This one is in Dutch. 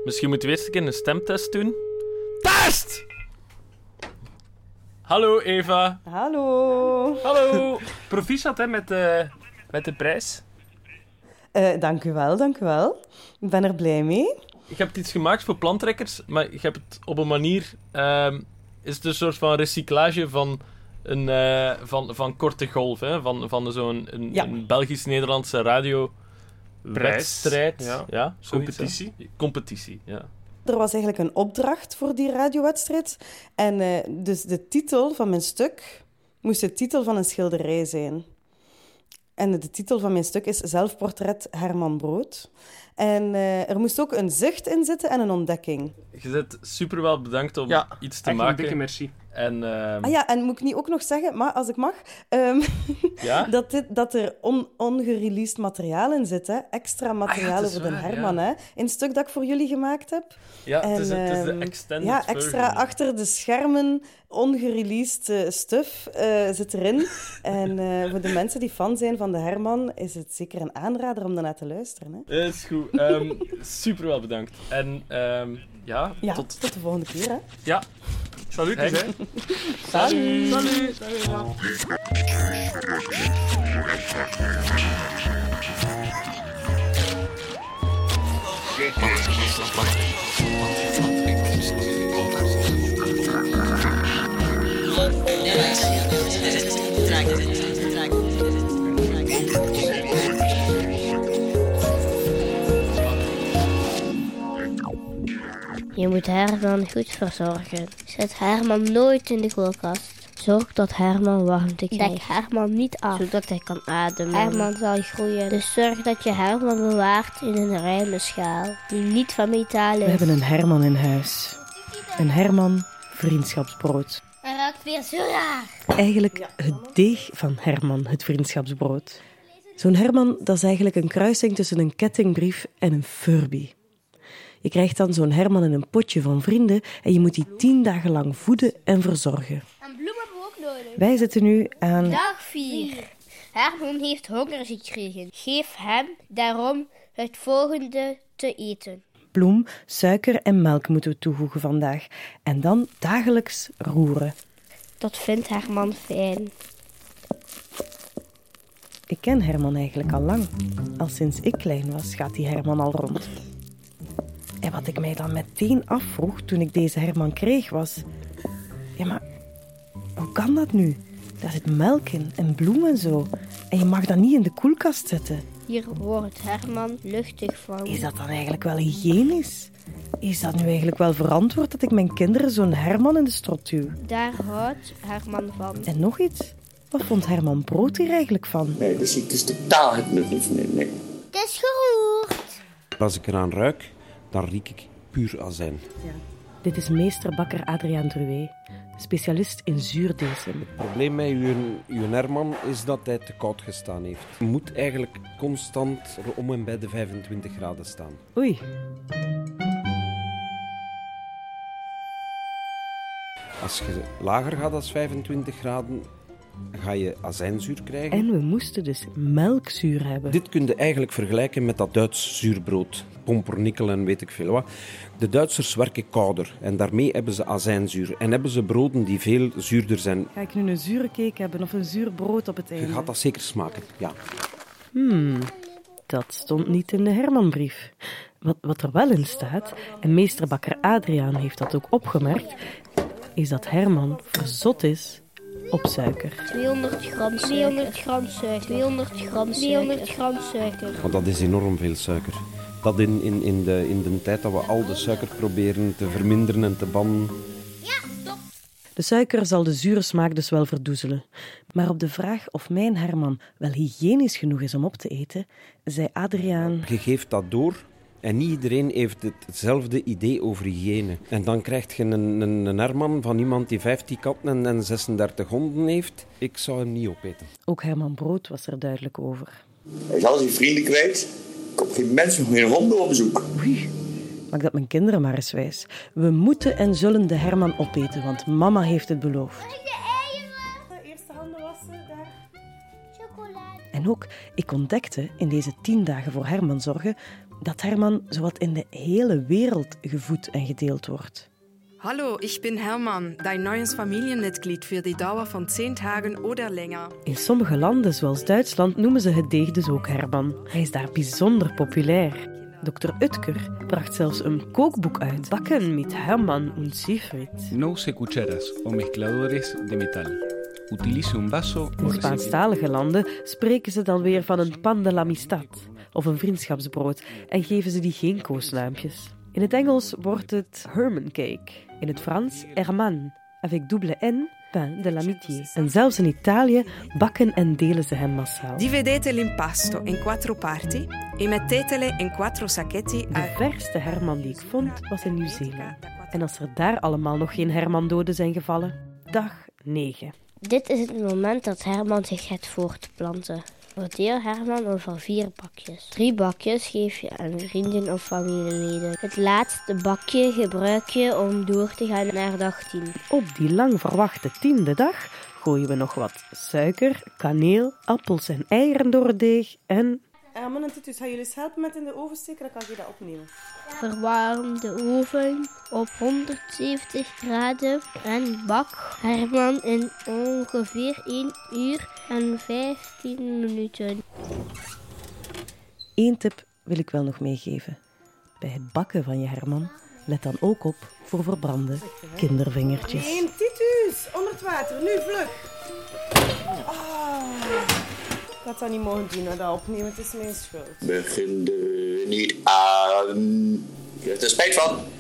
Misschien moeten we eerst een keer een stemtest doen. Test! Hallo Eva. Hallo. Hallo. Proficiat hè, met de prijs. Dank u wel. Ik ben er blij mee. Ik heb iets gemaakt voor plantrekkers, maar ik heb het op een manier... is het een soort van recyclage van korte golf, hè? Van zo'n een Belgisch-Nederlandse radiowedstrijd. Ja, competitie, ja. Er was eigenlijk een opdracht voor die radiowedstrijd. En dus de titel van mijn stuk moest de titel van een schilderij zijn. En de titel van mijn stuk is Zelfportret Herman Brood. En er moest ook een zucht in zitten en een ontdekking. Je bent super wel bedankt om iets te maken. Een dikke merci. En, en moet ik niet ook nog zeggen, maar als ik mag, dat er ongereleased materiaal in zit. Hè? Extra materiaal over de Herman. Hè? In het stuk dat ik voor jullie gemaakt heb. Ja, het is de extended extra version. achter de schermen ongereleased stuff zit erin. En voor de mensen die fan zijn van de Herman, is het zeker een aanrader om daarnaar te luisteren. Hè? Dat is goed. Super wel bedankt. En tot de volgende keer. Hè? Ja. Salut, hè. Salut. Salut. Je moet Herman goed verzorgen. Zet Herman nooit in de koelkast. Zorg dat Herman warmte krijgt. Dek Herman niet af, zodat hij kan ademen. Herman zal groeien. Dus zorg dat je Herman bewaart in een ruime schaal, die niet van metaal is. We hebben een Herman in huis. Een Herman vriendschapsbrood. Hij ruikt weer zo raar. Eigenlijk het deeg van Herman, het vriendschapsbrood. Zo'n Herman, dat is eigenlijk een kruising tussen een kettingbrief en een Furby. Je krijgt dan zo'n Herman in een potje van vrienden en je moet die 10 dagen lang voeden en verzorgen. En bloemen hebben we ook nodig. Wij zitten nu aan... Dag 4. Herman heeft honger gekregen. Geef hem daarom het volgende te eten. Bloem, suiker en melk moeten we toevoegen vandaag. En dan dagelijks roeren. Dat vindt Herman fijn. Ik ken Herman eigenlijk al lang. Al sinds ik klein was, gaat die Herman al rond. En wat ik mij dan meteen afvroeg toen ik deze Herman kreeg was... Ja, maar hoe kan dat nu? Daar zit melk in en bloem en zo. En je mag dat niet in de koelkast zetten. Hier wordt Herman luchtig van. Is dat dan eigenlijk wel hygiënisch? Is dat nu eigenlijk wel verantwoord dat ik mijn kinderen zo'n Herman in de strot duw? Daar houdt Herman van. En nog iets? Wat vond Herman Brood hier eigenlijk van? Nee, dus het is totaal het nut. Nee. Het is geroerd. Als ik eraan ruik, dan riek ik puur azijn. Ja. Dit is meesterbakker Adriaan Drouet, specialist in zuurdesem. Het probleem met uw Herman is dat hij te koud gestaan heeft. Je moet eigenlijk constant om en bij de 25 graden staan. Oei. Als je lager gaat dan 25 graden, ga je azijnzuur krijgen. En we moesten dus melkzuur hebben. Dit kun je eigenlijk vergelijken met dat Duits zuurbrood. Pompernikkel en weet ik veel wat. De Duitsers werken kouder en daarmee hebben ze azijnzuur. En hebben ze broden die veel zuurder zijn. Ga ik nu een zure cake hebben of een zuur brood op het einde? Je gaat dat zeker smaken, ja. Dat stond niet in de Hermanbrief. Wat er wel in staat, en meesterbakker Adriaan heeft dat ook opgemerkt, is dat Herman verzot is op suiker. 200 gram suiker. 200 gram suiker. 200 gram suiker. 200 gram suiker. Want dat is enorm veel suiker. Dat in de tijd dat we al de suiker proberen te verminderen en te bannen. Ja, stop. De suiker zal de zure smaak dus wel verdoezelen. Maar op de vraag of mijn Herman wel hygiënisch genoeg is om op te eten, zei Adriaan... Je geeft dat door en niet iedereen heeft hetzelfde idee over hygiëne. En dan krijg je een Herman van iemand die 15 katten en 36 honden heeft. Ik zou hem niet opeten. Ook Herman Brood was er duidelijk over. Hij is al zijn vrienden kwijt. Komt geen mensen, geen honden op bezoek. Oei, maak dat mijn kinderen maar eens wijs. We moeten en zullen de Herman opeten, want mama heeft het beloofd. Eerst de handen wassen, daar. Chocolade. En ook, ik ontdekte in deze 10 dagen voor Herman zorgen dat Herman zowat in de hele wereld gevoed en gedeeld wordt. Hallo, ich bin Hermann, dein neues Familienmitglied für die Dauer von 10 Tagen oder länger. In sommige landen, zoals Duitsland, noemen ze het deeg dus ook Herman. Hij is daar bijzonder populair. Dr. Oetker bracht zelfs een kookboek uit. Bakken met Herman en Siegfried. No use cucharas o mezcladores de metal. Utilice un vaso o In Spaanstalige landen spreken ze dan weer van een pan de l'amistad of een vriendschapsbrood en geven ze die geen koosnaampjes. In het Engels wordt het Herman cake. In het Frans Herman, avec double N, pain de l'amitié. En zelfs in Italië bakken en delen ze hem massaal. Dividete l'impasto in 4 parti e mettetele in 4 sacchetti. De verste Herman die ik vond was in Nieuw-Zeeland. En als er daar allemaal nog geen Hermandoden zijn gevallen, dag 9. Dit is het moment dat Herman zich gaat voortplanten. Verdeel Herman over 4 bakjes. 3 bakjes geef je aan vrienden of familieleden. Het laatste bakje gebruik je om door te gaan naar dag 10. Op die lang verwachte 10e dag gooien we nog wat suiker, kaneel, appels en eieren door het deeg en... Herman en Titus, gaan jullie eens helpen met in de oven steken? Dan kan je dat opnemen. Verwarm de oven op 170 graden en bak Herman in ongeveer 1 uur en 15 minuten. 1 tip wil ik wel nog meegeven. Bij het bakken van je Herman, let dan ook op voor verbrande kindervingertjes. 1, Titus, onder het water, nu vlug. Ik had dat niet mogen doen, dat opnemen, het is mijn schuld. Begin er niet aan. Je hebt er spijt van.